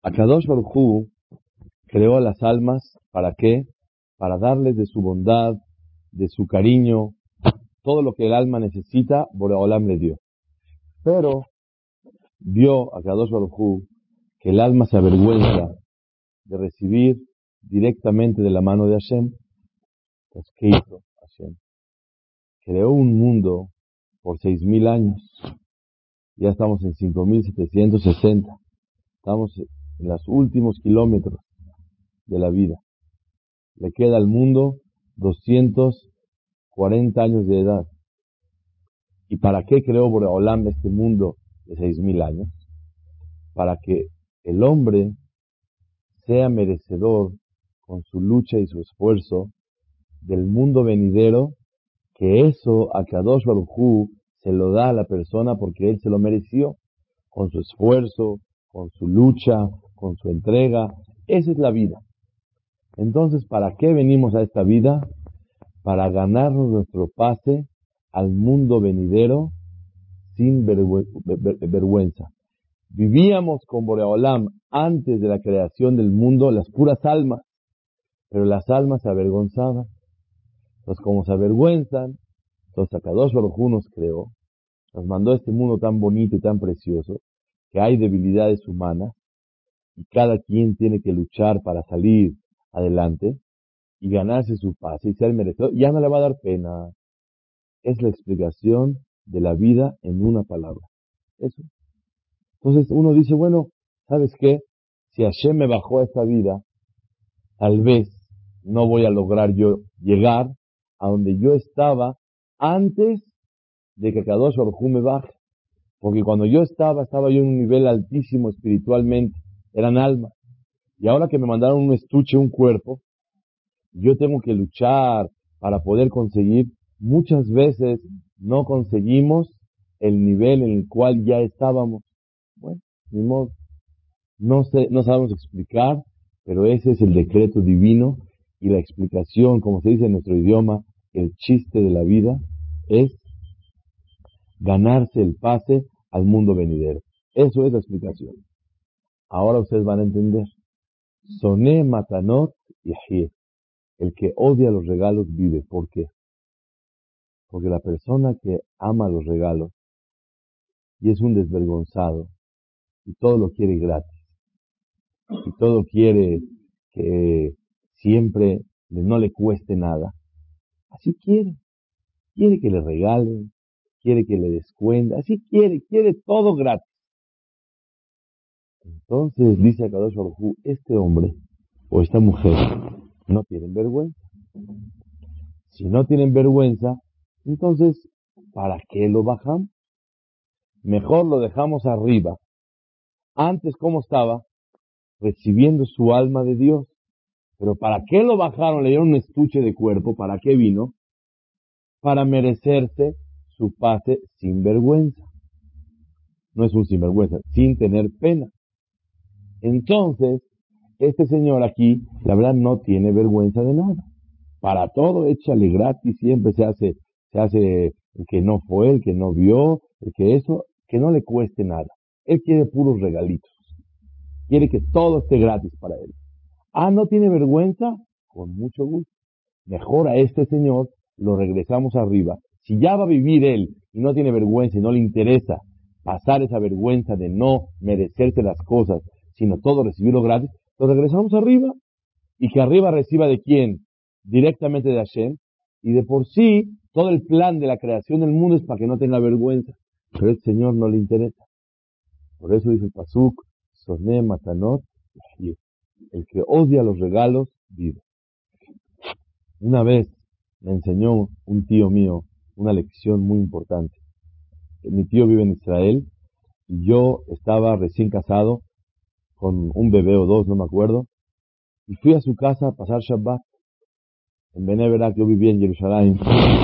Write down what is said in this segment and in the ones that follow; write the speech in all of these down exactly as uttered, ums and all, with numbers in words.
Akadosh Baruj Hu creó a las almas, ¿para qué? Para darles de su bondad, de su cariño, todo lo que el alma necesita, Boreolam le dio. Pero vio a Akadosh Baruj Hu que el alma se avergüenza de recibir directamente de la mano de Hashem. Pues, ¿qué hizo Hashem? Creó un mundo por seis mil años. Ya estamos en cinco mil setecientos sesenta. Estamos en los últimos kilómetros de la vida. Le queda al mundo doscientos cuarenta años de edad. ¿Y para qué creó Boreolam este mundo de seis mil años? Para que el hombre sea merecedor, con su lucha y su esfuerzo, del mundo venidero, que eso a Kadosh Baruj Hu se lo da a la persona porque él se lo mereció, con su esfuerzo, con su lucha, con su entrega. Esa es la vida. Entonces, ¿para qué venimos a esta vida? Para ganarnos nuestro pase al mundo venidero sin vergüe- ver- vergüenza. Vivíamos con Boreolam antes de la creación del mundo las puras almas, pero las almas se avergonzaban. Entonces, como se avergüenzan, entonces Akadosh Baruj Hu nos creó, nos mandó este mundo tan bonito y tan precioso, que hay debilidades humanas, y cada quien tiene que luchar para salir adelante y ganarse su paz y ser merecedor. Ya no le va a dar pena. Es la explicación de la vida en una palabra. Eso. Entonces uno dice, bueno, ¿sabes qué? Si Hashem me bajó a esta vida, tal vez no voy a lograr yo llegar a donde yo estaba antes de que Kadosh Baruj Hu me baje. Porque cuando yo estaba, estaba yo en un nivel altísimo espiritualmente, eran almas. Y ahora que me mandaron un estuche, un cuerpo, yo tengo que luchar para poder conseguir. Muchas veces no conseguimos el nivel en el cual ya estábamos. Bueno, ni modo. No sé, no sabemos explicar, pero ese es el decreto divino y la explicación, como se dice en nuestro idioma, el chiste de la vida es ganarse el pase al mundo venidero. Eso es la explicación. Ahora ustedes van a entender. Soné matanot yahie. El que odia los regalos vive. ¿Por qué? Porque la persona que ama los regalos y es un desvergonzado y todo lo quiere gratis y todo quiere que siempre no le cueste nada, así quiere. Quiere que le regalen, quiere que le descuente, así quiere, quiere todo gratis. Entonces dice Akadosh Baruj Hu, este hombre o esta mujer no tienen vergüenza. Si no tienen vergüenza, entonces, ¿para qué lo bajamos? Mejor lo dejamos arriba. Antes, ¿cómo estaba? Recibiendo su alma de Dios. Pero ¿para qué lo bajaron? Le dieron un estuche de cuerpo. ¿Para qué vino? Para merecerse su pase sin vergüenza. No es un sinvergüenza, sin tener pena. Entonces, este señor aquí, la verdad, no tiene vergüenza de nada. Para todo, échale gratis, siempre se hace, se hace el que no fue, el que no vio, el que eso, que no le cueste nada. Él quiere puros regalitos. Quiere que todo esté gratis para él. Ah, ¿no tiene vergüenza? Con mucho gusto. Mejor a este señor lo regresamos arriba. Si ya va a vivir él y no tiene vergüenza y no le interesa pasar esa vergüenza de no merecerse las cosas, sino todo recibirlo gratis, lo regresamos arriba. Y que arriba reciba de quién? Directamente de Hashem. Y de por sí, todo el plan de la creación del mundo es para que no tenga vergüenza. Pero a este señor no le interesa. Por eso dice el Pasuk, Soné Matanot, y el que odia los regalos, vive. Una vez me enseñó un tío mío una lección muy importante. Mi tío vive en Israel y yo estaba recién casado con un bebé o dos, no me acuerdo, y fui a su casa a pasar Shabbat. En Bnei Brak, yo vivía en Jerusalén.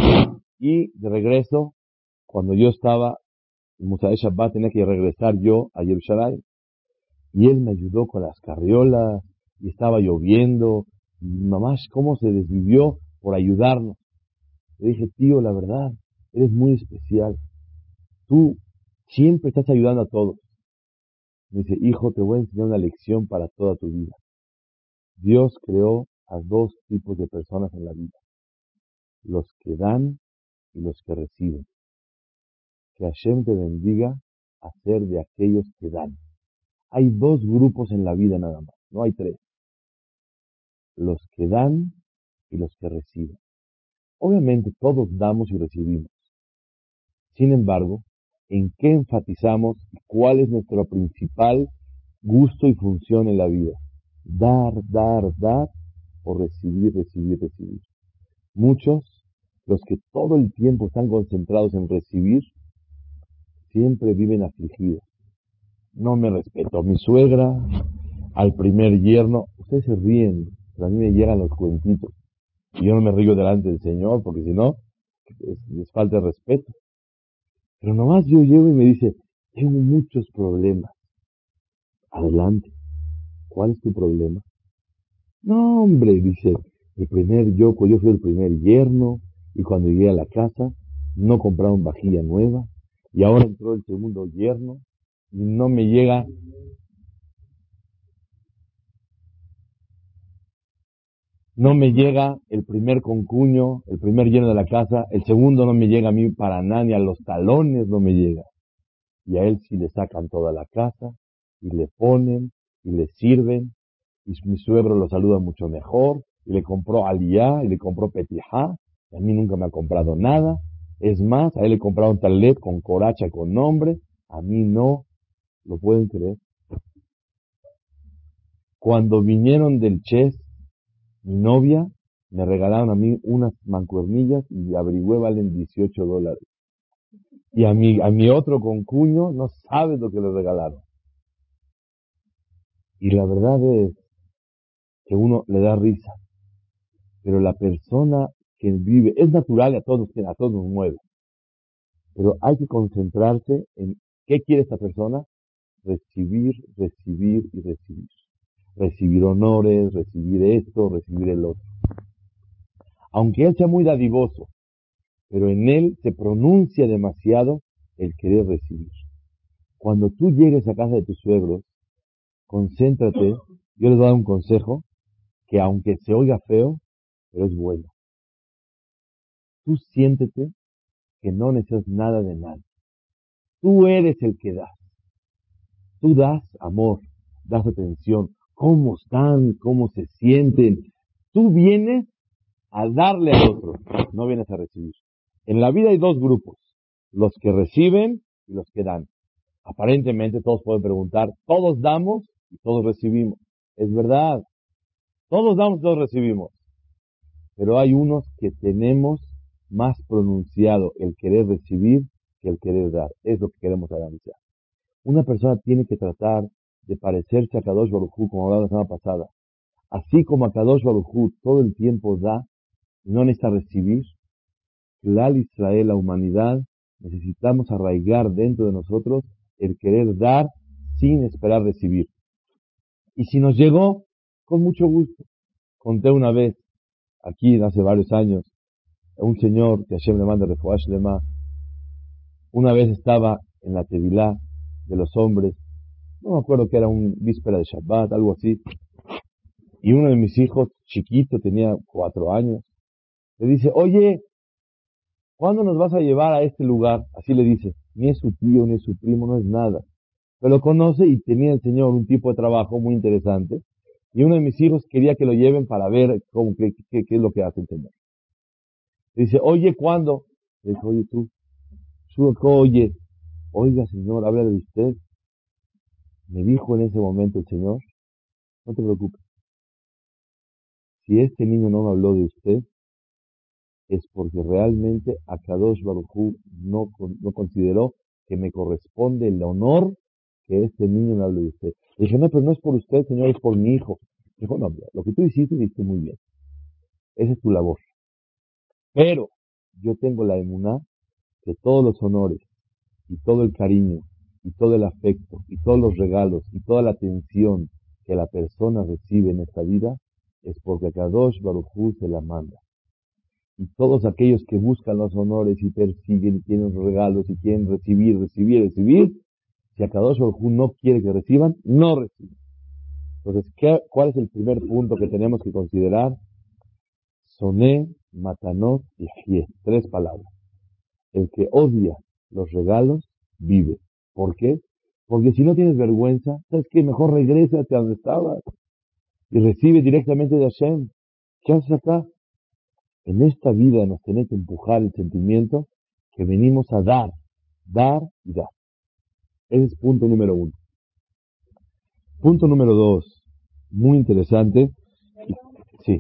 Y de regreso, cuando yo estaba en Musay Shabbat, tenía que regresar yo a Jerusalén. Y él me ayudó con las carriolas, y estaba lloviendo, y mamás, cómo se desvivió por ayudarnos. Le dije, tío, la verdad, eres muy especial. Tú siempre estás ayudando a todos. Me dice, hijo, te voy a enseñar una lección para toda tu vida. Dios creó a dos tipos de personas en la vida, los que dan y los que reciben. Que Hashem te bendiga a ser de aquellos que dan. Hay dos grupos en la vida nada más, no hay tres. Los que dan y los que reciben. Obviamente todos damos y recibimos. Sin embargo, ¿en qué enfatizamos y cuál es nuestro principal gusto y función en la vida? Dar, dar, dar o recibir, recibir, recibir. Muchos, los que todo el tiempo están concentrados en recibir, siempre viven afligidos. No me respeto. Mi suegra, al primer yerno, ustedes se ríen, pero a mí me llegan los cuentitos. Y yo no me río delante del Señor, porque si no, es, es falta de respeto. Pero nomás yo llego y me dice, tengo muchos problemas. Adelante. ¿Cuál es tu problema? No, hombre, dice, el primer yo, pues yo fui el primer yerno, y cuando llegué a la casa, no compraron vajilla nueva, y ahora entró el segundo yerno, y no me llega, no me llega el primer concuño, el primer yerno de la casa, el segundo no me llega a mí para nada, ni a los talones no me llega. Y a él sí le sacan toda la casa, y le ponen, y le sirven, y mi suegro lo saluda mucho mejor, y le compró aliyá, y le compró petijá, y a mí nunca me ha comprado nada. Es más, a él le compraron talet con coracha, con nombre, a mí no, ¿lo pueden creer? Cuando vinieron del Ches, mi novia, me regalaron a mí unas mancuernillas, y averigüé, valen dieciocho dólares. Y a mi, a mi otro concuño, no sabes lo que le regalaron. Y la verdad es que uno le da risa, pero la persona que vive, es natural y a todos, a todos nos mueve, pero hay que concentrarse en qué quiere esta persona, recibir, recibir y recibir. Recibir honores, recibir esto, recibir el otro. Aunque él sea muy dadivoso, pero en él se pronuncia demasiado el querer recibir. Cuando tú llegues a casa de tus suegros, concéntrate, yo les voy a dar un consejo, que aunque se oiga feo, pero es bueno. Tú siéntete que no necesitas nada de nadie. Tú eres el que das. Tú das amor, das atención. ¿Cómo están? ¿Cómo se sienten? Tú vienes a darle al otro, no vienes a recibir. En la vida hay dos grupos, los que reciben y los que dan. Aparentemente todos pueden preguntar, todos damos y todos recibimos. Es verdad, todos damos y todos recibimos. Pero hay unos que tenemos más pronunciado el querer recibir que el querer dar. Es lo que queremos analizar. Una persona tiene que tratar de parecerse a Kadosh Baruj Hu, como hablaba la semana pasada. Así como a Kadosh Baruj Hu todo el tiempo da, no necesita recibir. Klal Israel, la humanidad, necesitamos arraigar dentro de nosotros el querer dar sin esperar recibir. Y si nos llegó, con mucho gusto. Conté una vez, aquí hace varios años, un señor que Hashem le manda refuah shlema, una vez estaba en la tevilá de los hombres, no me acuerdo que era un víspera de Shabbat, algo así, y uno de mis hijos, chiquito, tenía cuatro años, le dice, oye, ¿cuándo nos vas a llevar a este lugar? Así le dice, ni es su tío, ni es su primo, no es nada. Pero lo conoce y tenía el señor un tipo de trabajo muy interesante, y uno de mis hijos quería que lo lleven para ver cómo, qué, qué, qué es lo que hace el señor. Le dice, oye, ¿cuándo? Le dice, oye tú, tú, oye, oiga señor, habla de usted. Me dijo en ese momento el señor, no te preocupes, si este niño no me habló de usted, es porque realmente a Kadosh Baruj Hu no, no consideró que me corresponde el honor que este niño me hable de usted. Le dije, no, pero no es por usted, señor, es por mi hijo. Dijo, no, lo que tú hiciste, hiciste muy bien. Esa es tu labor. Pero yo tengo la emuná que todos los honores y todo el cariño y todo el afecto y todos los regalos y toda la atención que la persona recibe en esta vida es porque Kadosh Baruj Hu se la manda. Y todos aquellos que buscan los honores y persiguen y tienen regalos y quieren recibir, recibir, recibir, Si Akadosh Baruj Hu no quiere que reciban, no reciban. Entonces, ¿qué, ¿cuál es el primer punto que tenemos que considerar? Soné, matanot y hie. Tres palabras. El que odia los regalos, vive. ¿Por qué? Porque si no tienes vergüenza, ¿sabes qué? Mejor regrésate a donde estabas y recibe directamente de Hashem. ¿Qué haces acá? En esta vida nos tiene que empujar el sentimiento que venimos a dar, dar y dar. Ese es punto número uno. Punto número dos, muy interesante. Sí.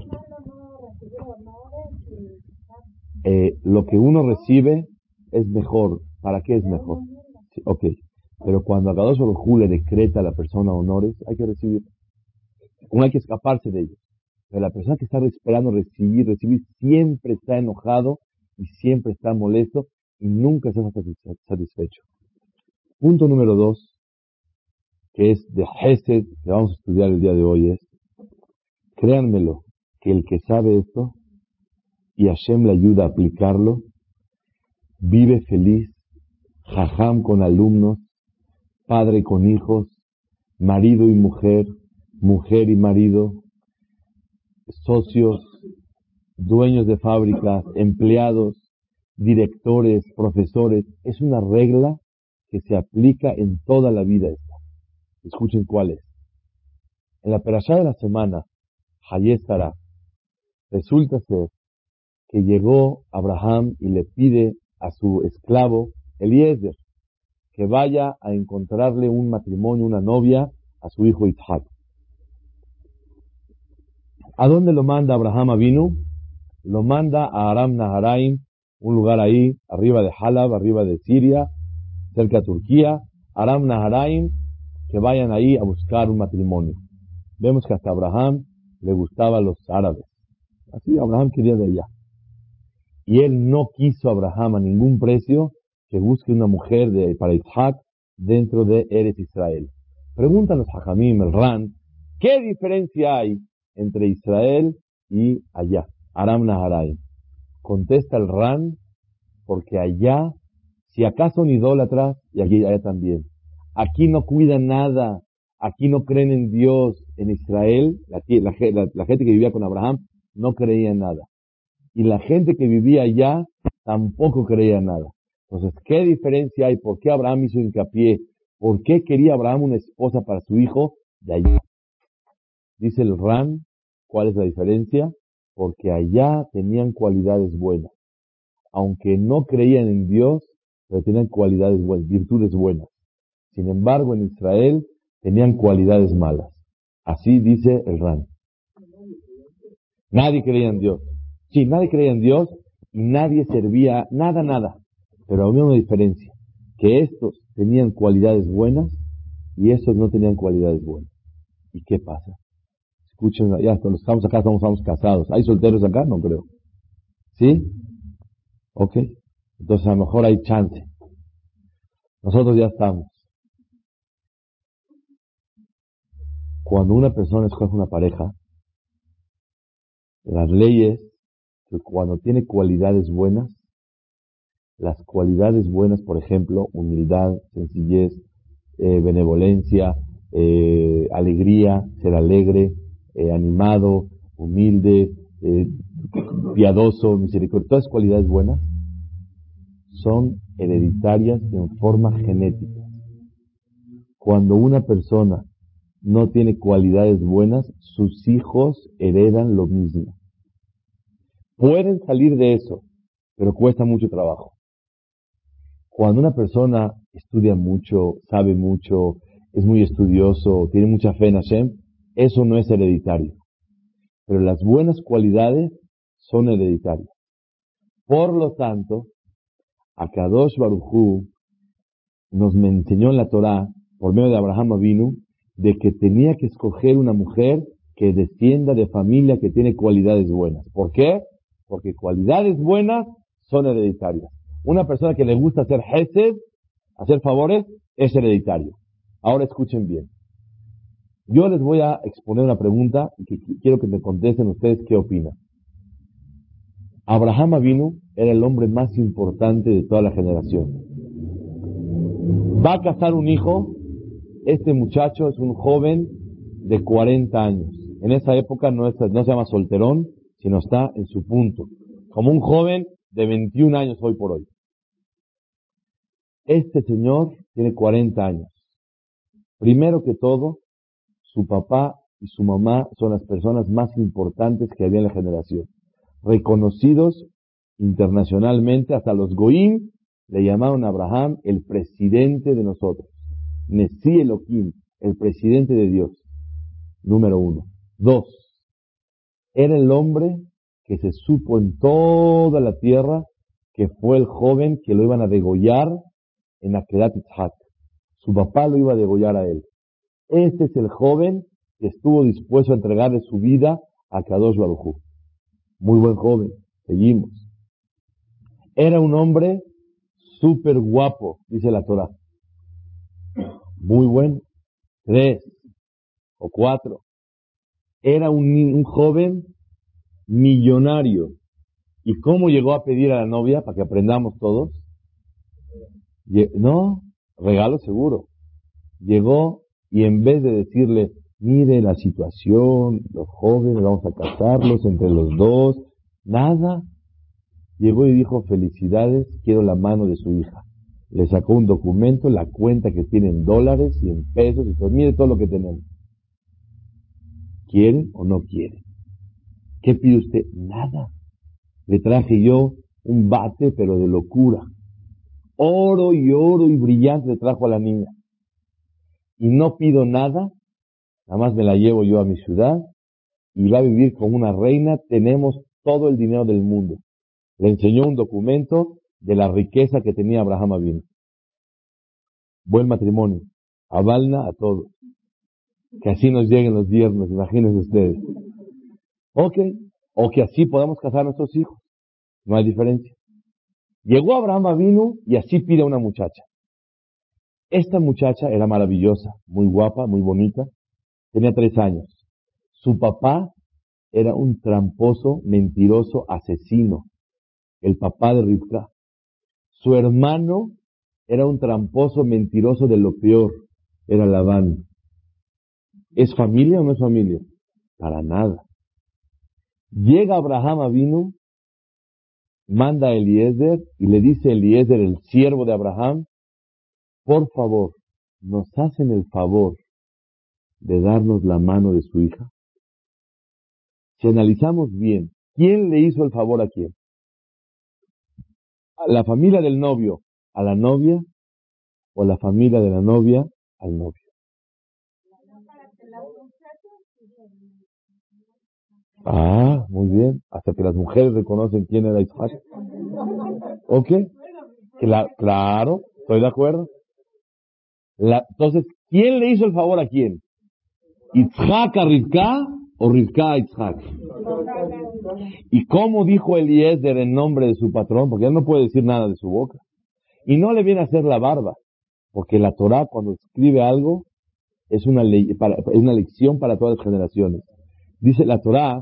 Eh, lo que uno recibe es mejor. ¿Para qué es mejor? Sí, ok. Pero cuando Akadosh Baruj Hu le decreta a la persona honores, hay que recibir. Uno hay que escaparse de ellos. Pero la persona que está esperando recibir, recibir, siempre está enojado y siempre está molesto y nunca está satisfecho. Punto número dos, que es de Hesed, que vamos a estudiar el día de hoy, es, créanmelo, que el que sabe esto y Hashem le ayuda a aplicarlo, vive feliz, jajam con alumnos, padre con hijos, marido y mujer, mujer y marido, socios, dueños de fábricas, empleados, directores, profesores. Es una regla que se aplica en toda la vida esta. Escuchen cuál es. En la perashá de la semana, Hayé Sará, resulta ser que llegó Abraham y le pide a su esclavo Eliezer que vaya a encontrarle un matrimonio, una novia a su hijo Isaac. ¿A dónde lo manda Abraham Avinu? Lo manda a Aram Naharaim, un lugar ahí, arriba de Halab, arriba de Siria, cerca de Turquía. Aram Naharaim, que vayan ahí a buscar un matrimonio. Vemos que hasta Abraham le gustaban los árabes. Así Abraham quería de allá. Y él no quiso a Abraham a ningún precio que busque una mujer de, para Isaac dentro de Eretz Israel. Preguntan los Hajamim, el Ran, ¿qué diferencia hay entre Israel y allá? Aram Naharaim. Contesta el Ran, porque allá, si acá son idólatras, y aquí allá también. Aquí no cuidan nada, aquí no creen en Dios. En Israel, la, la, la, la gente que vivía con Abraham no creía en nada. Y la gente que vivía allá tampoco creía en nada. Entonces, ¿qué diferencia hay? ¿Por qué Abraham hizo hincapié? ¿Por qué quería Abraham una esposa para su hijo de allá? Dice el Ran, ¿cuál es la diferencia? Porque allá tenían cualidades buenas. Aunque no creían en Dios, pero tenían cualidades buenas, virtudes buenas. Sin embargo, en Israel tenían cualidades malas. Así dice el Ran. Nadie creía en Dios. Sí, nadie creía en Dios y nadie servía, nada, nada. Pero había una diferencia, que estos tenían cualidades buenas y estos no tenían cualidades buenas. ¿Y qué pasa? Escuchen, ya cuando estamos acá, estamos, estamos casados. ¿Hay solteros acá? No creo. ¿Sí? Ok. Entonces a lo mejor hay chance. Nosotros ya estamos. Cuando una persona escoge una pareja, las leyes, que cuando tiene cualidades buenas, las cualidades buenas, por ejemplo, humildad, sencillez, eh, benevolencia, eh, alegría, ser alegre, eh, animado, humilde, eh, piadoso, misericordioso, todas cualidades buenas son hereditarias en forma genética. Cuando una persona no tiene cualidades buenas, sus hijos heredan lo mismo. Pueden salir de eso, pero cuesta mucho trabajo. Cuando una persona estudia mucho, sabe mucho, es muy estudioso, tiene mucha fe en Hashem, eso no es hereditario. Pero las buenas cualidades son hereditarias. Por lo tanto, Akadosh Baruj Hu nos enseñó en la Torá, por medio de Abraham Avinu, de que tenía que escoger una mujer que descienda de familia que tiene cualidades buenas. ¿Por qué? Porque cualidades buenas son hereditarias. Una persona que le gusta hacer hesed, hacer favores, es hereditario. Ahora escuchen bien. Yo les voy a exponer una pregunta y que quiero que me contesten ustedes qué opinan. Abraham Avinu era el hombre más importante de toda la generación. va a casar un hijo. Este muchacho es un joven de cuarenta años. En esa época no, es, no se llama solterón, sino está en su punto. Como un joven de veintiún años hoy por hoy. Este señor tiene cuarenta años. Primero que todo, su papá y su mamá son las personas más importantes que había en la generación. Reconocidos internacionalmente, hasta los Goim le llamaron a Abraham el presidente de nosotros. Nesi Elohim, el presidente de Dios. Número uno. Dos. Era el hombre que se supo en toda la tierra que fue el joven que lo iban a degollar en Akedat Yitzhak. Su papá lo iba a degollar a él. Este es el joven que estuvo dispuesto a entregarle su vida a Kadosh Baruj Hu. Muy buen joven. Seguimos. Era un hombre súper guapo, dice la Torah. Muy bueno. Tres o cuatro. Era un, un joven millonario. ¿Y cómo llegó a pedir a la novia? Para que aprendamos todos. No, regalo seguro. Llegó y en vez de decirle, mire la situación, los jóvenes, vamos a casarlos entre los dos, nada. Llegó y dijo, felicidades, quiero la mano de su hija. Le sacó un documento, la cuenta que tiene en dólares y en pesos, y dijo, mire todo lo que tenemos. ¿Quiere o no quiere? ¿Qué pide usted? Nada. Le traje yo un bate, pero de locura. Oro y oro y brillante le trajo a la niña. Y no pido nada, nada más me la llevo yo a mi ciudad y va a vivir como una reina. Tenemos todo el dinero del mundo. Le enseñó un documento de la riqueza que tenía Abraham Avinu. Buen matrimonio. Avalna a todos. Que así nos lleguen los viernes, imagínense ustedes. Ok. O que así podamos casar a nuestros hijos. No hay diferencia. Llegó Abraham Avinu y así pide a una muchacha. Esta muchacha era maravillosa, muy guapa, muy bonita. Tenía tres años. Su papá era un tramposo, mentiroso, asesino. El papá de Rivka. Su hermano era un tramposo, mentiroso de lo peor. Era Labán. ¿Es familia o no es familia? Para nada. Llega Abraham Avinu, manda a Eliezer y le dice a Eliezer, el siervo de Abraham, por favor, ¿nos hacen el favor de darnos la mano de su hija? Si analizamos bien, ¿quién le hizo el favor a quién? ¿A la familia del novio a la novia o la familia de la novia al novio? Ah, muy bien. Hasta que las mujeres reconocen quién era Isaac. ¿Ok? Cla- claro, estoy de acuerdo. La, entonces, ¿quién le hizo el favor a quién? ¿Itzhak a Rivka o Rivka a Itzhak? ¿Y cómo dijo Eliezer en nombre de su patrón? Porque él no puede decir nada de su boca. Y no le viene a hacer la barba. Porque la Torah, cuando escribe algo, es una, ley, para, es una lección para todas las generaciones. Dice la Torah,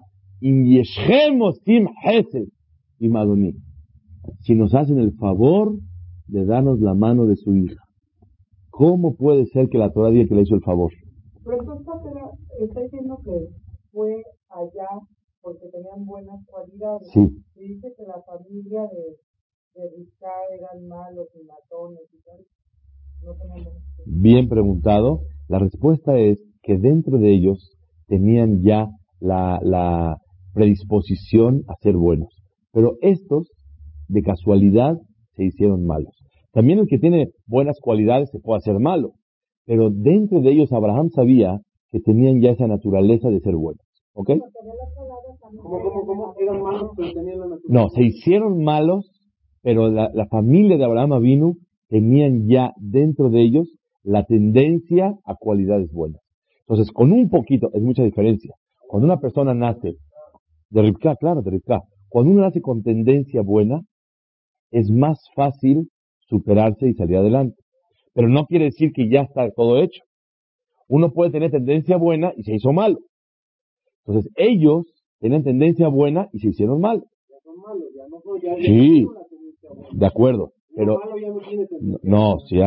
si nos hacen el favor de darnos la mano de su hija. ¿Cómo puede ser que la Torah diga que le hizo el favor? Pero entonces está diciendo que fue allá porque tenían buenas cualidades. Sí. Y dice que la familia de, de Rivka eran malos y matones y tal. No tenemos... Bien preguntado. La respuesta es que dentro de ellos tenían ya la, la predisposición a ser buenos. Pero estos, de casualidad, se hicieron malos. También el que tiene buenas cualidades se puede hacer malo. Pero dentro de ellos Abraham sabía que tenían ya esa naturaleza de ser buenos. ¿Ok? ¿Cómo, cómo, cómo? Eran malos, pero tenían la naturaleza. No, se hicieron malos, pero la, la familia de Abraham Avinu tenían ya dentro de ellos la tendencia a cualidades buenas. Entonces, con un poquito, es mucha diferencia. Cuando una persona nace, de Rivka, claro, de Rivka, cuando uno nace con tendencia buena, es más fácil superarse y salir adelante. Pero no quiere decir que ya está todo hecho. Uno puede tener tendencia buena y se hizo malo. Entonces, ellos tenían tendencia buena y se hicieron mal. Ya son malos, ya no, ya, ya Sí, no la tendencia buena. de acuerdo. Pero, Lo malo ya no tiene tendencia no, sí hay.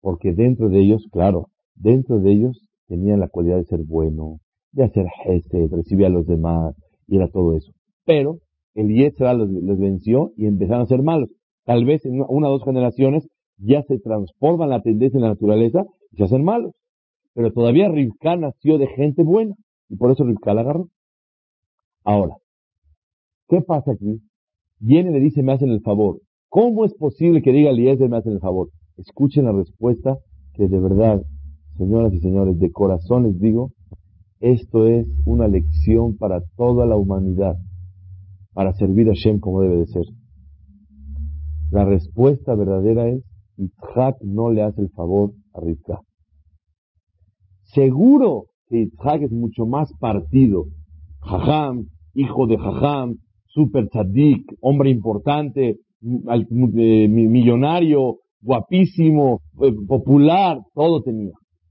Porque dentro de ellos, claro, dentro de ellos tenían la cualidad de ser bueno, de hacer gesed, recibir a los demás, y era todo eso. Pero el Yetzirah los, los venció y empezaron a ser malos. Tal vez en una o dos generaciones ya se transforman la tendencia en la naturaleza y se hacen malos. Pero todavía Rivka nació de gente buena, y por eso Rivka la agarró. Ahora, ¿qué pasa aquí? Viene y le dice, me hacen el favor. ¿Cómo es posible que diga Eliezer, me hacen el favor? Escuchen la respuesta, que de verdad, señoras y señores, de corazón les digo, esto es una lección para toda la humanidad, para servir a Shem como debe de ser. La respuesta verdadera es, Yitzhak no le hace el favor a Rivka. Seguro que Yitzhak es mucho más partido. Jajam, hijo de Jajam, super tzadik, hombre importante, eh, millonario, guapísimo, eh, popular, todo tenía.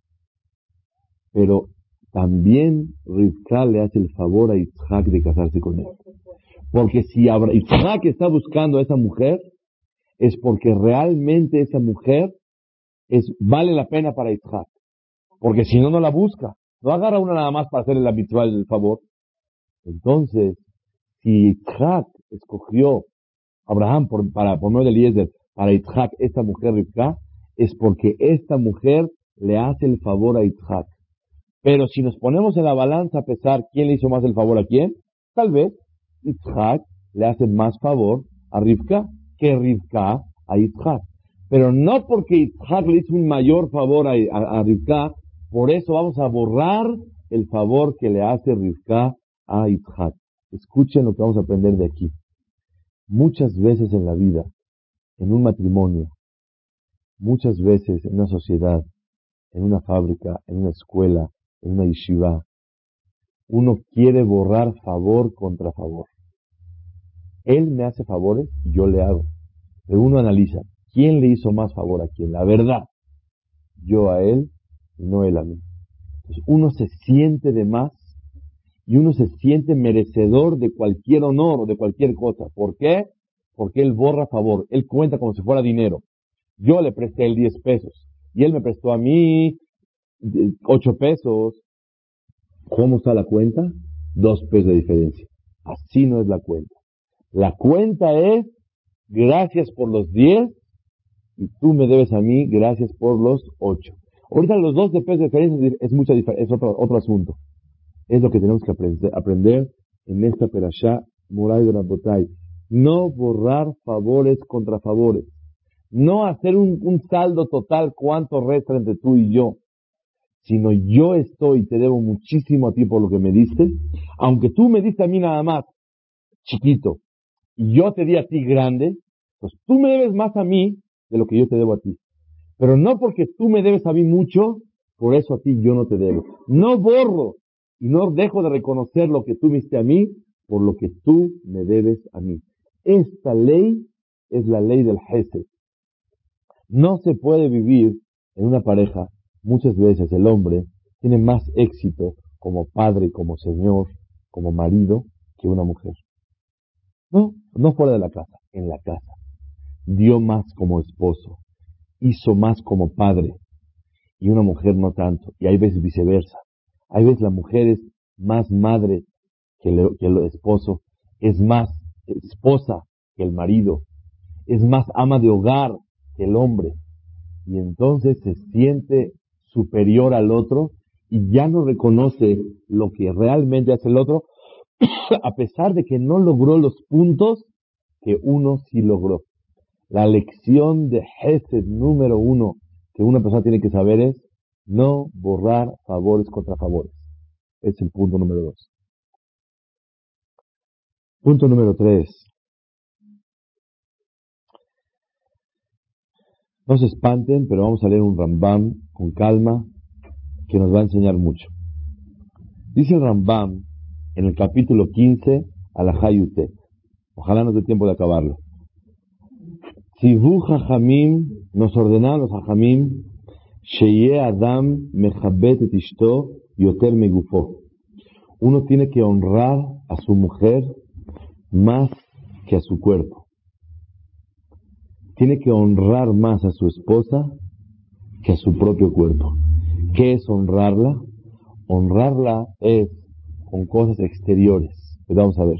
Pero también Rivka le hace el favor a Yitzhak de casarse con él. Porque si Yitzhak está buscando a esa mujer, es porque realmente esa mujer es, vale la pena para Yitzhak. Porque si no, no la busca. No agarra una nada más para hacerle la mitzvah el favor. Entonces, si Yitzhak escogió a Abraham por, para, por medio de Eliezer para Yitzhak, esta mujer Rivka, es porque esta mujer le hace el favor a Yitzhak. Pero si nos ponemos en la balanza a pesar quién le hizo más el favor a quién, tal vez Yitzhak le hace más favor a Rivka que Rivka a Yitzhak. Pero no porque Yitzhak le hizo un mayor favor a, a, a Rivka, por eso vamos a borrar el favor que le hace Rivka a Yitzhak. Escuchen lo que vamos a aprender de aquí. Muchas veces en la vida, en un matrimonio, muchas veces en una sociedad, en una fábrica, en una escuela, en una yeshiva, uno quiere borrar favor contra favor. Él me hace favores y yo le hago. Pero uno analiza, ¿quién le hizo más favor a quién? La verdad, yo a él y no él a mí. Entonces uno se siente de más y uno se siente merecedor de cualquier honor o de cualquier cosa. ¿Por qué? Porque él borra favor. Él cuenta como si fuera dinero. Yo le presté él diez pesos y él me prestó a mí ocho pesos. ¿Cómo está la cuenta? Dos pesos de diferencia. Así no es la cuenta. La cuenta es gracias por los diez y tú me debes a mí gracias por los ocho. Ahorita los dos de pesos de diferencia es mucha diferencia, es otro, otro asunto. Es lo que tenemos que aprender, aprender en esta perashá Moray de Rabotay. No borrar favores contra favores. No hacer un, un saldo total cuánto resta entre tú y yo. Sino yo estoy y te debo muchísimo a ti por lo que me diste. Aunque tú me diste a mí nada más chiquito y yo te di a ti grande, pues tú me debes más a mí de lo que yo te debo a ti. Pero no porque tú me debes a mí mucho, por eso a ti yo no te debo. No borro y no dejo de reconocer lo que tú me diste a mí por lo que tú me debes a mí. Esta ley es la ley del Hesed. No se puede vivir en una pareja. Muchas veces el hombre tiene más éxito como padre, como señor, como marido, que una mujer. No, no fuera de la casa, en la casa. Dio más como esposo, hizo más como padre, y una mujer no tanto. Y hay veces viceversa. Hay veces la mujer es más madre que el, que el esposo, es más esposa que el marido, es más ama de hogar que el hombre. Y entonces se siente superior al otro y ya no reconoce lo que realmente hace el otro, a pesar de que no logró los puntos que uno sí logró. La lección de Hesed número uno que una persona tiene que saber es no borrar favores contra favores. Es el punto número dos. Punto número tres. No se espanten, pero vamos a leer un Rambam con calma que nos va a enseñar mucho. Dice el Rambam en el capítulo quince, Alajá Yutet. Ojalá nos dé tiempo de acabarlo. Tzivu Jajamim, nos ordenaron los Jajamim, Sheye Adam mechabet et ishto yoter megufo. Uno tiene que honrar a su mujer más que a su cuerpo. Tiene que honrar más a su esposa que a su propio cuerpo. ¿Qué es honrarla? Honrarla es con cosas exteriores. Pero vamos a ver.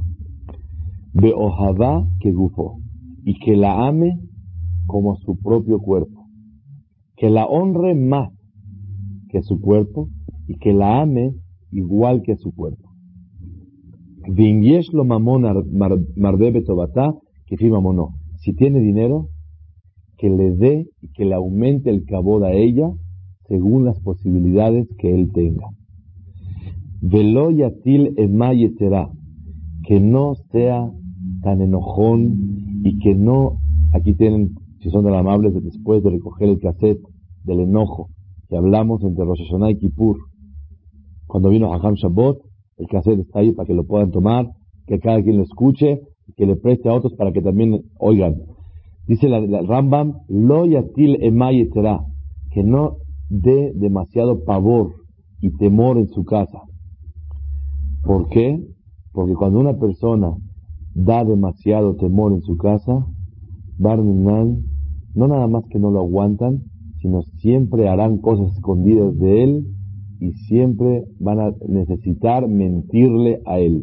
Beohavá que gufó. Y que la ame como a su propio cuerpo. Que la honre más que a su cuerpo y que la ame igual que a su cuerpo. Vinyesh lo mamón marbebe tobatá que fi mamonó. Si tiene dinero, que le dé y que le aumente el cabod a ella según las posibilidades que él tenga. Velo yatil ema yetera, que no sea tan enojón y que no, aquí tienen, si son tan amables, después de recoger el cassette del enojo que hablamos entre Rosh Hashanah y Kippur, cuando vino Hajam Shabbat, el cassette está ahí para que lo puedan tomar, que cada quien lo escuche, y que le preste a otros para que también oigan. Dice la, la Rambam, lo yatil ema yetera, que no dé demasiado pavor y temor en su casa. ¿Por qué? Porque cuando una persona da demasiado temor en su casa, Barminan, no nada más que no lo aguantan, sino siempre harán cosas escondidas de él y siempre van a necesitar mentirle a él.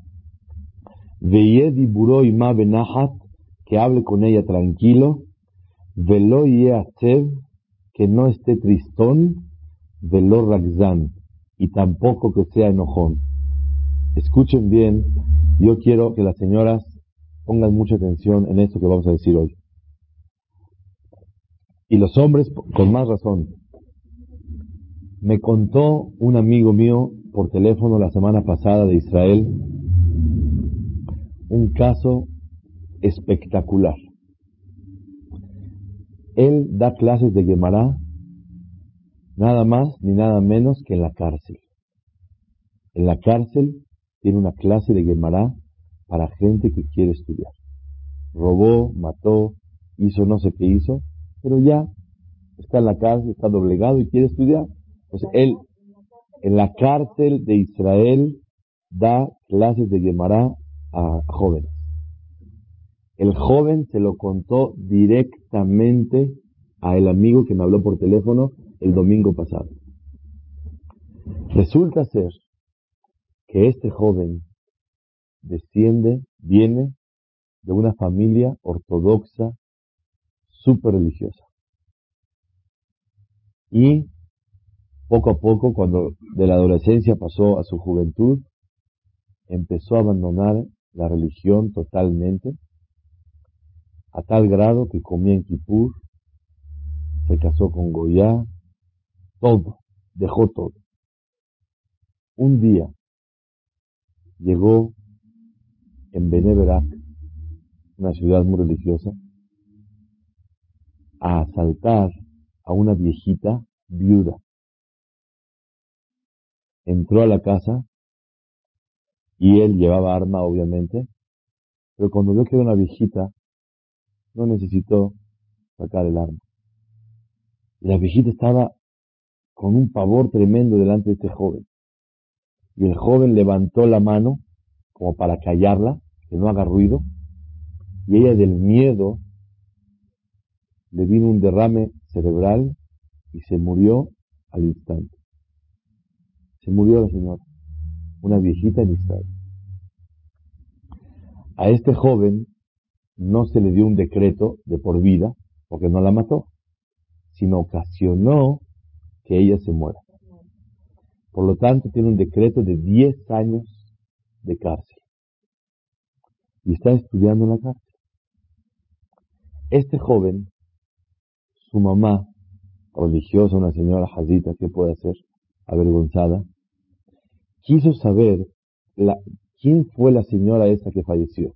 Veye diburo ima benahat, que hable con ella tranquilo. Velo yeatev, que no esté tristón. Velo ragzan, y tampoco que sea enojón. Escuchen bien, yo quiero que las señoras pongan mucha atención en esto que vamos a decir hoy. Y los hombres, con más razón. Me contó un amigo mío por teléfono la semana pasada de Israel un caso espectacular. Él da clases de Gemara nada más ni nada menos que en la cárcel. En la cárcel tiene una clase de Gemara para gente que quiere estudiar. Robó, mató, hizo no sé qué hizo, pero ya está en la cárcel, está doblegado y quiere estudiar. Pues él, en la cárcel de Israel, da clases de Gemara a, a jóvenes. El joven se lo contó directamente a el amigo que me habló por teléfono el domingo pasado. Resulta ser que este joven desciende, viene de una familia ortodoxa súper religiosa. Y poco a poco, cuando de la adolescencia pasó a su juventud, empezó a abandonar la religión totalmente, a tal grado que comía en Kippur, se casó con Goyá, todo, dejó todo. Un día llegó en Bnei Brak, una ciudad muy religiosa, a asaltar a una viejita viuda. Entró a la casa y él llevaba arma, obviamente, pero cuando vio que era una viejita, no necesitó sacar el arma. Y la viejita estaba con un pavor tremendo delante de este joven. Y el joven levantó la mano como para callarla, que no haga ruido, y ella del miedo le vino un derrame cerebral y se murió al instante. Se murió la señora, una viejita en Israel. A este joven no se le dio un decreto de por vida, porque no la mató, sino ocasionó que ella se muera. Por lo tanto, tiene un decreto de diez años de cárcel. Y está estudiando en la cárcel. Este joven, su mamá, religiosa, una señora jazita, ¿qué puede hacer? Avergonzada, quiso saber la, quién fue la señora esa que falleció.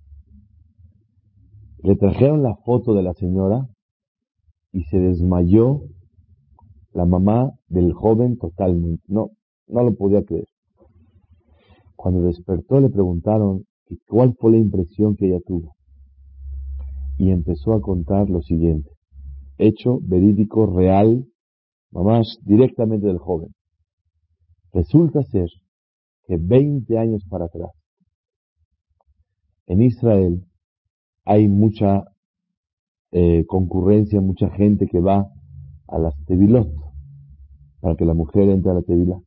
Le trajeron la foto de la señora y se desmayó la mamá del joven totalmente. No, no lo podía creer. Cuando despertó le preguntaron que cuál fue la impresión que ella tuvo. Y empezó a contar lo siguiente. Hecho verídico, real, mamás directamente del joven. Resulta ser que veinte años para atrás, en Israel hay mucha eh, concurrencia, mucha gente que va a las tevilot, para que la mujer entre a la tevilá.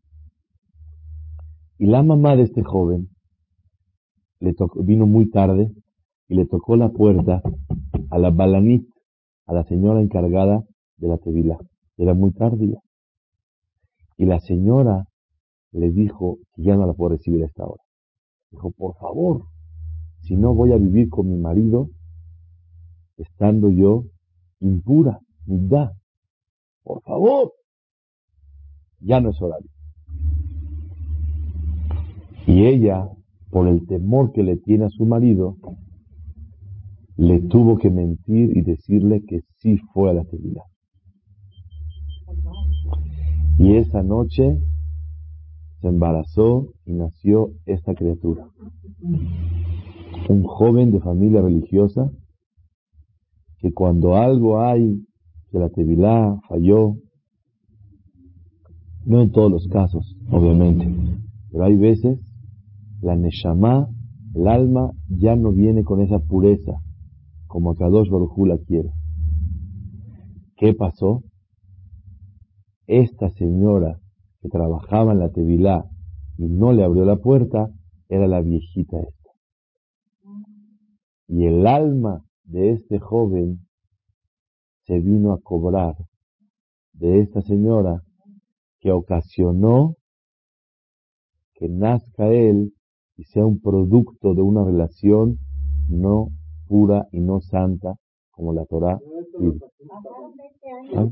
Y la mamá de este joven le tocó, vino muy tarde y le tocó la puerta a la balanit, a la señora encargada de la tevilá. Era muy tarde ya. Y la señora le dijo que ya no la puedo recibir a esta hora. Dijo, por favor, si no voy a vivir con mi marido estando yo impura, midá. Por favor, ya no es horario. Y ella, por el temor que le tiene a su marido, le tuvo que mentir y decirle que sí fue a la tevilá. Y esa noche se embarazó y nació esta criatura. Un joven de familia religiosa que cuando algo hay, que la tevilá falló, no en todos los casos, obviamente, pero hay veces la neshama, el alma, ya no viene con esa pureza como Kadosh Baruj Hu la quiere. ¿Qué pasó? Esta señora que trabajaba en la tevilá y no le abrió la puerta era la viejita esta. Y el alma de este joven se vino a cobrar de esta señora que ocasionó que nazca él y sea un producto de una relación no pura y no santa como la Torá pide. ¿Ah?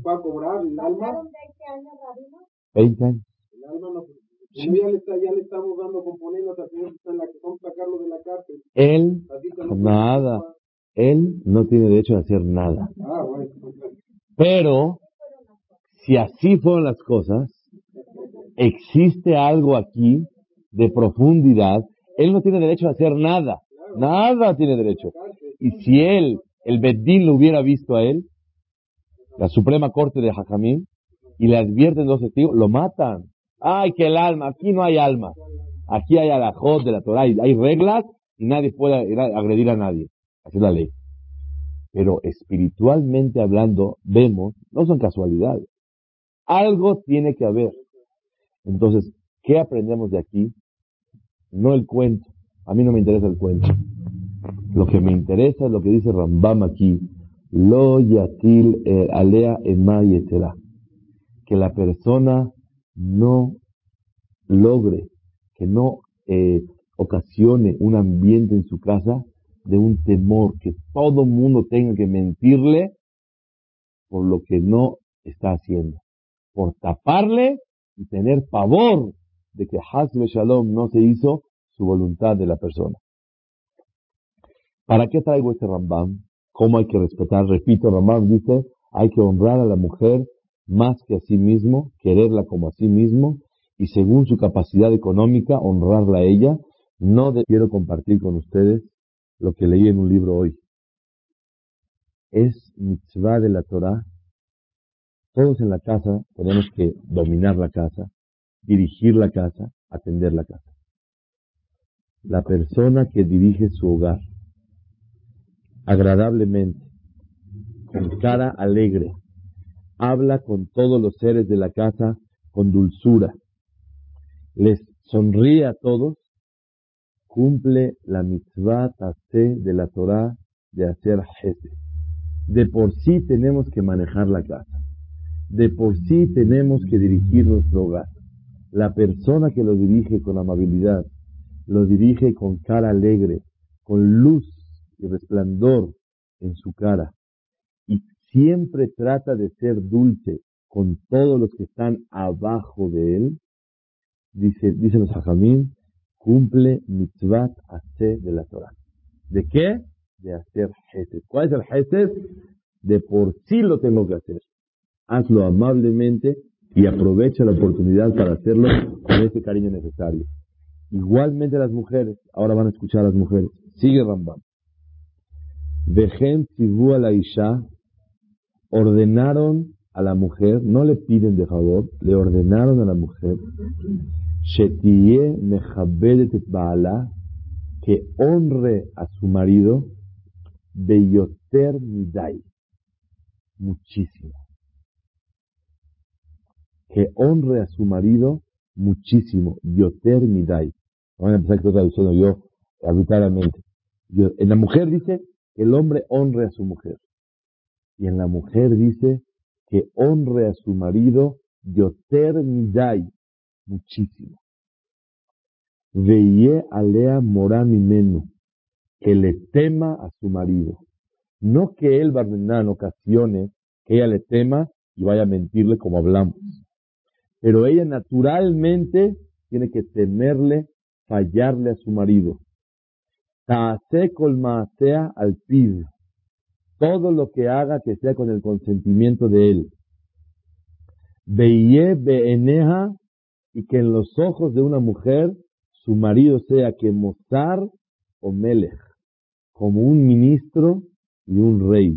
veinte años. Sí. Ya, le está, ya le estamos dando componendas al señor que está en la que vamos a sacarlo de la cárcel. Él, nada. Él no tiene derecho a hacer nada. Ah, bueno. Pero, si así fueron las cosas, existe algo aquí de profundidad. Él no tiene derecho a hacer nada. Nada tiene derecho. Y si él, el Beddín, lo hubiera visto a él, la Suprema Corte de Jajamín, y le advierten dos testigos, lo matan. Ay, que el alma, aquí no hay alma. Aquí hay alajot de la Torah, hay reglas y nadie puede ir a agredir a nadie. Así es la ley. Pero espiritualmente hablando, vemos, no son casualidades. Algo tiene que haber. Entonces, ¿qué aprendemos de aquí? No el cuento. A mí no me interesa el cuento. Lo que me interesa es lo que dice Rambam aquí. Lo yatil alea ema yetera. Que la persona no logre, que no eh, ocasione un ambiente en su casa de un temor, que todo el mundo tenga que mentirle por lo que no está haciendo, por taparle y tener pavor de que Haz Shalom no se hizo su voluntad de la persona. ¿Para qué traigo este Rambam? ¿Cómo hay que respetar? Repito, Rambam dice, hay que honrar a la mujer más que a sí mismo, quererla como a sí mismo, y según su capacidad económica, honrarla a ella. No de... quiero compartir con ustedes lo que leí en un libro hoy. Es mitzvah de la Torah. Todos en la casa tenemos que dominar la casa, dirigir la casa, atender la casa. La persona que dirige su hogar agradablemente, con cara alegre, habla con todos los seres de la casa con dulzura, les sonríe a todos, cumple la mitzvah tasé de la Torah de hacer hesed. De por sí tenemos que manejar la casa. De por sí tenemos que dirigir nuestro hogar. La persona que lo dirige con amabilidad, lo dirige con cara alegre, con luz y resplandor en su cara, y siempre trata de ser dulce con todos los que están abajo de él, dice, dicen los hajamim, cumple mitzvat aseh de la Torah. ¿De qué? De hacer hesed. ¿Cuál es el hesed? De por sí lo tengo que hacer. Hazlo amablemente y aprovecha la oportunidad para hacerlo con ese cariño necesario. Igualmente las mujeres, ahora van a escuchar a las mujeres. Sigue Rambam. Vejen tzivu a la isha, ordenaron a la mujer, no le piden de favor, le ordenaron a la mujer, shetiye mechabedet et baala, que honre a su marido, beyoter midai, muchísimo. que honre a su marido muchísimo. Yoter midai. Van a empezar que estoy traduciendo yo arbitrariamente. Yo, en la mujer dice que el hombre honre a su mujer. Y en la mujer dice que honre a su marido yoter midai. Muchísimo. Veye alea morami menu. Que le tema a su marido. No que él va a en ocasiones que ella le tema y vaya a mentirle como hablamos. Pero ella naturalmente tiene que temerle, fallarle a su marido. Taase kol maasea al piv. Todo lo que haga que sea con el consentimiento de él. Veye beeneja, y que en los ojos de una mujer su marido sea que mozar o melech, como un ministro y un rey.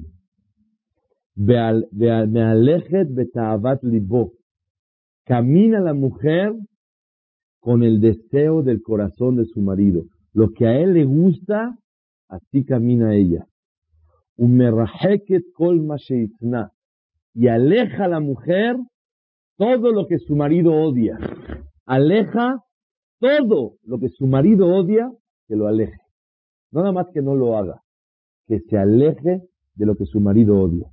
Mealejet betaavat libo. Camina la mujer con el deseo del corazón de su marido. Lo que a él le gusta, así camina ella. Umeraheket kol ma sheitna. Y aleja a la mujer todo lo que su marido odia. Aleja todo lo que su marido odia, que lo aleje. No nada más que no lo haga, que se aleje de lo que su marido odia.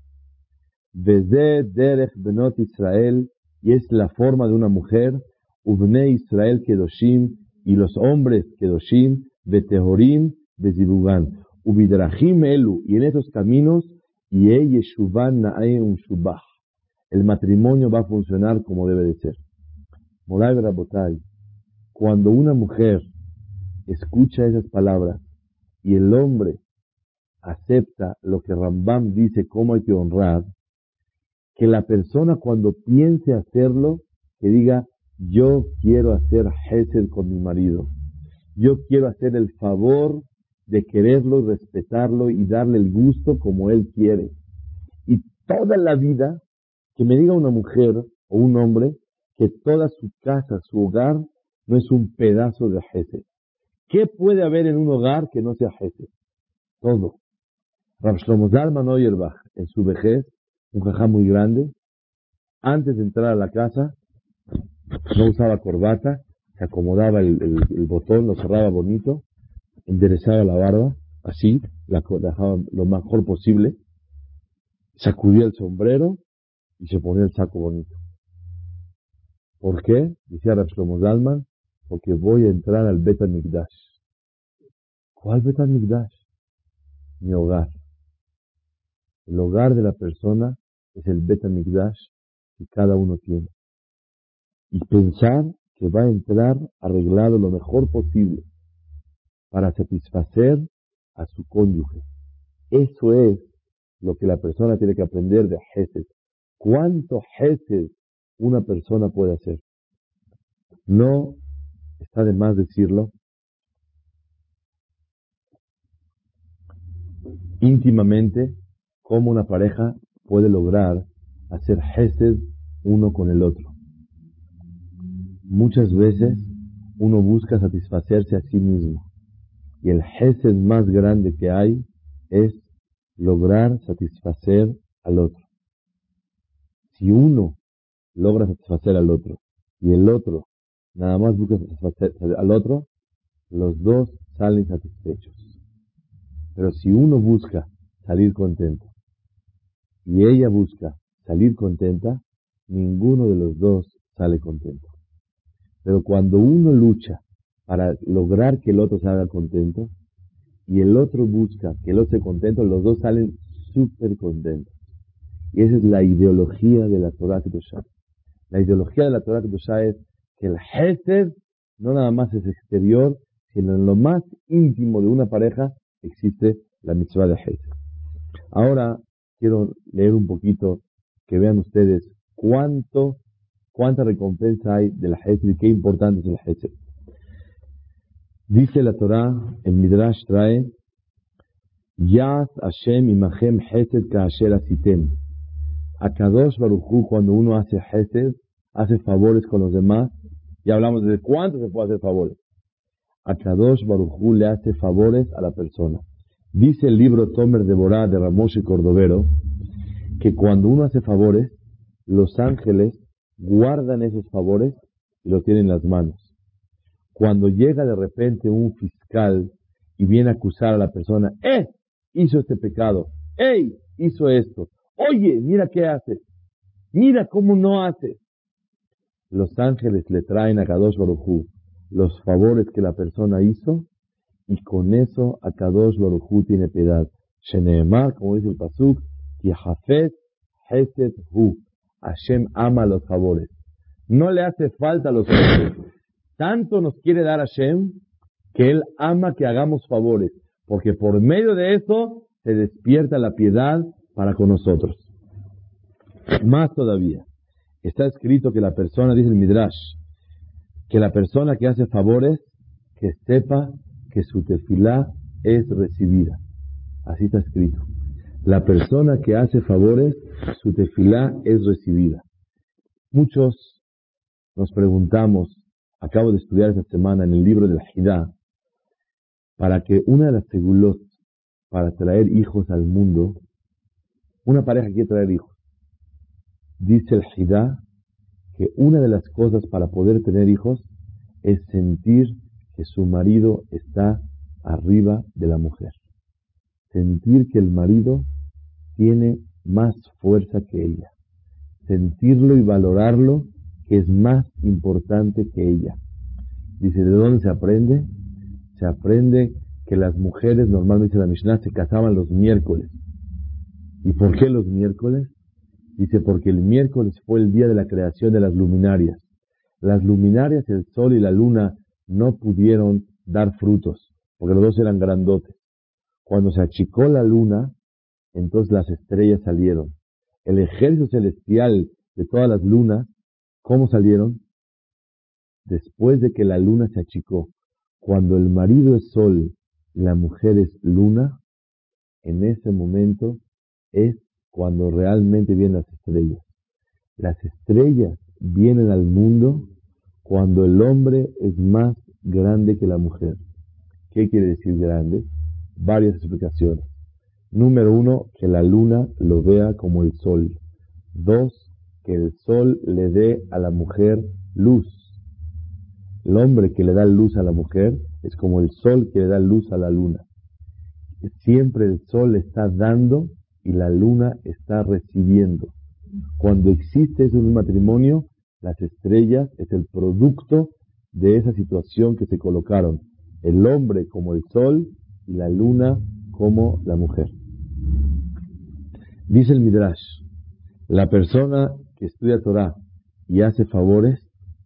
Veze derech benot Israel, y es la forma de una mujer, ubne Israel kedoshim, y los hombres kedoshim, betehorim, bezibugan, ubidrahim elu, y en esos caminos, y yeshuvan nae un shubach. El matrimonio va a funcionar como debe de ser. Moray Rabotai, cuando una mujer escucha esas palabras y el hombre acepta lo que Rambam dice cómo hay que honrar, que la persona cuando piense hacerlo, que diga, yo quiero hacer hesed con mi marido. Yo quiero hacer el favor de quererlo, respetarlo y darle el gusto como él quiere. Y toda la vida, que me diga una mujer o un hombre que toda su casa, su hogar, no es un pedazo de hesed. ¿Qué puede haber en un hogar que no sea hesed? Todo. Rav Shlomo Zalman Auerbach, en su vejez, un jajá muy grande, antes de entrar a la casa, no usaba corbata, se acomodaba el, el, el botón, lo cerraba bonito, enderezaba la barba, así, la dejaba lo mejor posible, sacudía el sombrero y se ponía el saco bonito. ¿Por qué? Decía Rav Shlomo Zalman, porque voy a entrar al Bet HaMikdash. ¿Cuál Bet HaMikdash? Mi hogar. El hogar de la persona es el Bet HaMikdash que cada uno tiene. Y pensar que va a entrar arreglado lo mejor posible para satisfacer a su cónyuge. Eso es lo que la persona tiene que aprender de Hesed. ¿Cuánto Hesed una persona puede hacer? No está de más decirlo. Íntimamente, cómo una pareja puede lograr hacer Hesed uno con el otro. Muchas veces uno busca satisfacerse a sí mismo. Y el Hesed más grande que hay es lograr satisfacer al otro. Si uno logra satisfacer al otro y el otro nada más busca satisfacer al otro, los dos salen satisfechos. Pero si uno busca salir contento y ella busca salir contenta, ninguno de los dos sale contento. Pero cuando uno lucha para lograr que el otro salga contento y el otro busca que el otro esté contento, los dos salen súper contentos. Y esa es la ideología de la Torah Kedoshá. La ideología de la Torah Kedoshá es que el Hesed no nada más es exterior, sino en lo más íntimo de una pareja existe la mitzvah de Hesed. Ahora quiero leer un poquito, que vean ustedes cuánto, cuánta recompensa hay del Hesed y qué importante es el Hesed. Dice la Torah, el Midrash trae, Yas Hashem imachem Hesed ka'asher asitem. A Kadosh Baruj Hu, cuando uno hace Hesed, hace favores con los demás, y hablamos de cuánto se puede hacer favores. A Kadosh Baruj Hu le hace favores a la persona. Dice el libro Tomer de Borá de Ramoshe Cordovero, que cuando uno hace favores, los ángeles guardan esos favores y los tienen en las manos. Cuando llega de repente un fiscal y viene a acusar a la persona, ¡eh! Hizo este pecado, ¡ey! Hizo esto, oye, mira qué hace, mira cómo no hace. Los ángeles le traen a Kadosh Baruj Hu los favores que la persona hizo, y con eso a Kadosh Baruj Hu tiene piedad. Sheneemar, como dice el pasuk, ki hafez hesed hu. Hashem ama los favores. No le hace falta los favores. Tanto nos quiere dar Hashem que Él ama que hagamos favores, porque por medio de eso se despierta la piedad para con nosotros. Más todavía, está escrito que la persona, dice el Midrash, que la persona que hace favores, que sepa que su tefilá es recibida. Así está escrito. La persona que hace favores, su tefilá es recibida. Muchos nos preguntamos, acabo de estudiar esta semana en el libro del Hidá, para que una de las segulot para traer hijos al mundo, una pareja quiere traer hijos, dice el Hidá que una de las cosas para poder tener hijos es sentir que su marido está arriba de la mujer. Sentir que el marido tiene más fuerza que ella. Sentirlo y valorarlo, que es más importante que ella. Dice, ¿de dónde se aprende? Se aprende que las mujeres, normalmente la Mishnah, se casaban los miércoles. ¿Y por qué los miércoles? Dice, porque el miércoles fue el día de la creación de las luminarias. Las luminarias, el sol y la luna, no pudieron dar frutos, porque los dos eran grandotes. Cuando se achicó la luna, entonces las estrellas salieron. El ejército celestial de todas las lunas, ¿cómo salieron? Después de que la luna se achicó. Cuando el marido es sol y la mujer es luna, en ese momento es cuando realmente vienen las estrellas. Las estrellas vienen al mundo cuando el hombre es más grande que la mujer. ¿Qué quiere decir grande? Varias explicaciones. Número uno, que la luna lo vea como el sol. Dos, que el sol le dé a la mujer luz. El hombre que le da luz a la mujer es como el sol que le da luz a la luna. Siempre el sol está dando y la luna está recibiendo. Cuando existe ese matrimonio, las estrellas es el producto de esa situación que se colocaron. El hombre como el sol y la luna como la mujer. Dice el Midrash, la persona que estudia Torah y hace favores,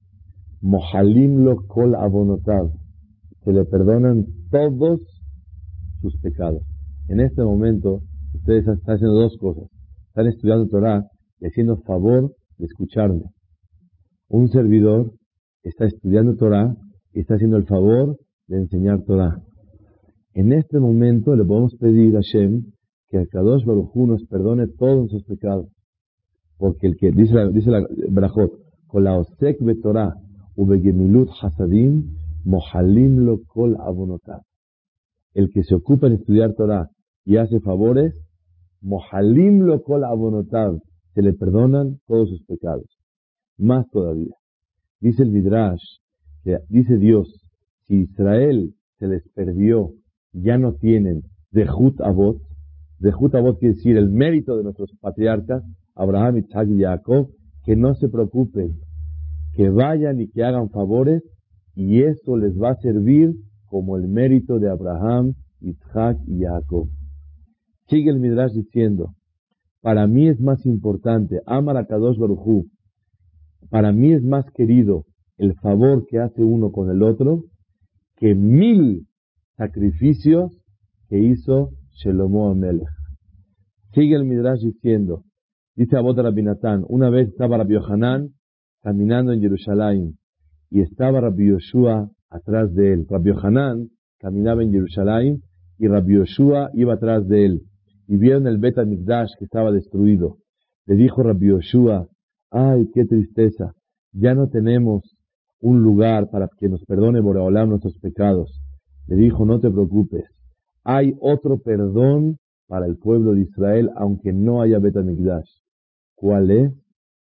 mohalim lo kol avonotav, se le perdonan todos sus pecados. En este momento, ustedes están haciendo dos cosas. Están estudiando Torah y haciendo favor de escucharme. Un servidor está estudiando Torah y está haciendo el favor de enseñar Torah. En este momento le podemos pedir a Hashem que el Kadosh Baruj Hu nos perdone todos sus pecados. Porque el que, dice la, dice la Berajot, con la osek be Torah ubegemilut hasadim mohalim lo kol avonotav. El que se ocupa en estudiar Torah y hace favores, mohalim lo kol avonotav, se le perdonan todos sus pecados. Más todavía, dice el Midrash, que dice Dios, si Israel se les perdió, ya no tienen Zehut Avot. Zehut Avot quiere decir el mérito de nuestros patriarcas, Abraham, Isaac y Jacob, que no se preocupen, que vayan y que hagan favores, y eso les va a servir como el mérito de Abraham, Isaac y Jacob. Sigue el Midrash diciendo, para mí es más importante, Amar a Kadosh Baruj Hu, para mí es más querido el favor que hace uno con el otro, que mil sacrificios que hizo Shelomo Amelech. Sigue el Midrash diciendo, dice Abot Rabbi Natán, una vez estaba Rabbi Yohanan caminando en Jerusalén y estaba Rabbi Yoshua atrás de él. Rabbi Yohanan caminaba en Jerusalén y Rabbi Yoshua iba atrás de él. Y vieron el Bet HaMikdash que estaba destruido. Le dijo Rabbi Yoshua, ay, qué tristeza, ya no tenemos un lugar para que nos perdone Boreolam nuestros pecados. Le dijo, no te preocupes, hay otro perdón para el pueblo de Israel, aunque no haya Bet HaMikdash. ¿Cuál es?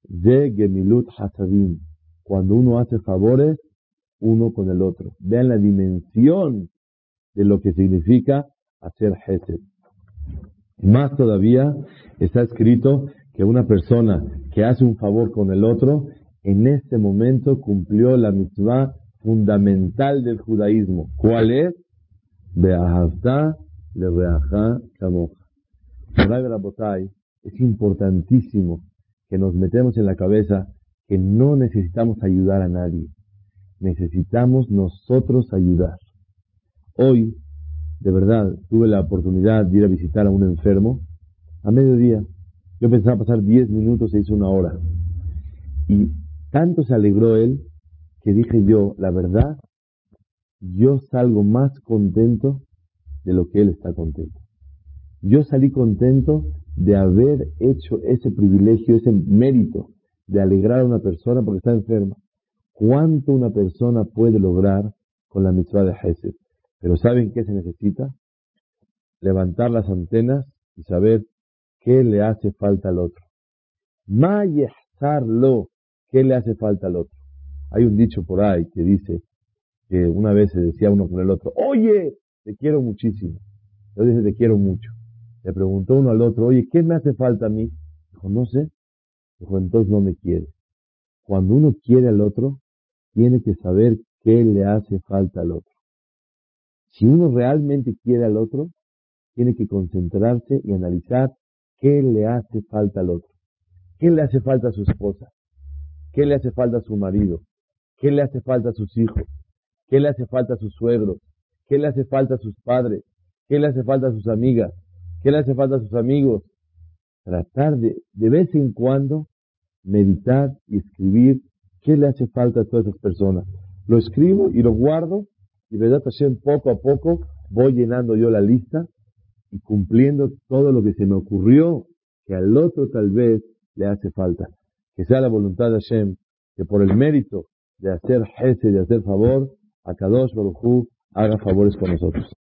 Ze Gemilut Hasadim. Cuando uno hace favores, uno con el otro. Vean la dimensión de lo que significa hacer Hesed. Más todavía, está escrito que una persona que hace un favor con el otro, en este momento cumplió la mitzvah fundamental del judaísmo. ¿Cuál es? Be'ahavta le'reaja kamoja. Es importantísimo que nos metemos en la cabeza que no necesitamos ayudar a nadie. Necesitamos nosotros ayudar. Hoy, de verdad, tuve la oportunidad de ir a visitar a un enfermo a mediodía. Yo pensaba pasar diez minutos, se hizo una hora. Y tanto se alegró él que dije yo, la verdad, yo salgo más contento de lo que él está contento. Yo salí contento de haber hecho ese privilegio, ese mérito de alegrar a una persona porque está enferma. ¿Cuánto una persona puede lograr con la mitzvah de Hesed? Pero ¿saben qué se necesita? Levantar las antenas y saber qué le hace falta al otro. Ma yehzarlo, ¿qué le hace falta al otro? Hay un dicho por ahí que dice que una vez se decía uno con el otro, oye, te quiero muchísimo. Yo dice, te quiero mucho. Le preguntó uno al otro, oye, ¿qué me hace falta a mí? Dijo, no sé. Dijo, entonces no me quiere. Cuando uno quiere al otro, tiene que saber qué le hace falta al otro. Si uno realmente quiere al otro, tiene que concentrarse y analizar qué le hace falta al otro. ¿Qué le hace falta a su esposa? ¿Qué le hace falta a su marido? ¿Qué le hace falta a sus hijos? ¿Qué le hace falta a sus suegros? ¿Qué le hace falta a sus padres? ¿Qué le hace falta a sus amigas? ¿Qué le hace falta a sus amigos? Tratar de, de vez en cuando, meditar y escribir qué le hace falta a todas esas personas. Lo escribo y lo guardo, y verdad, poco a poco voy llenando yo la lista y cumpliendo todo lo que se me ocurrió que al otro tal vez le hace falta. Que sea la voluntad de Hashem, que por el mérito de hacer Hesed, de hacer favor, a Kadosh Baruj Hu haga favores con nosotros.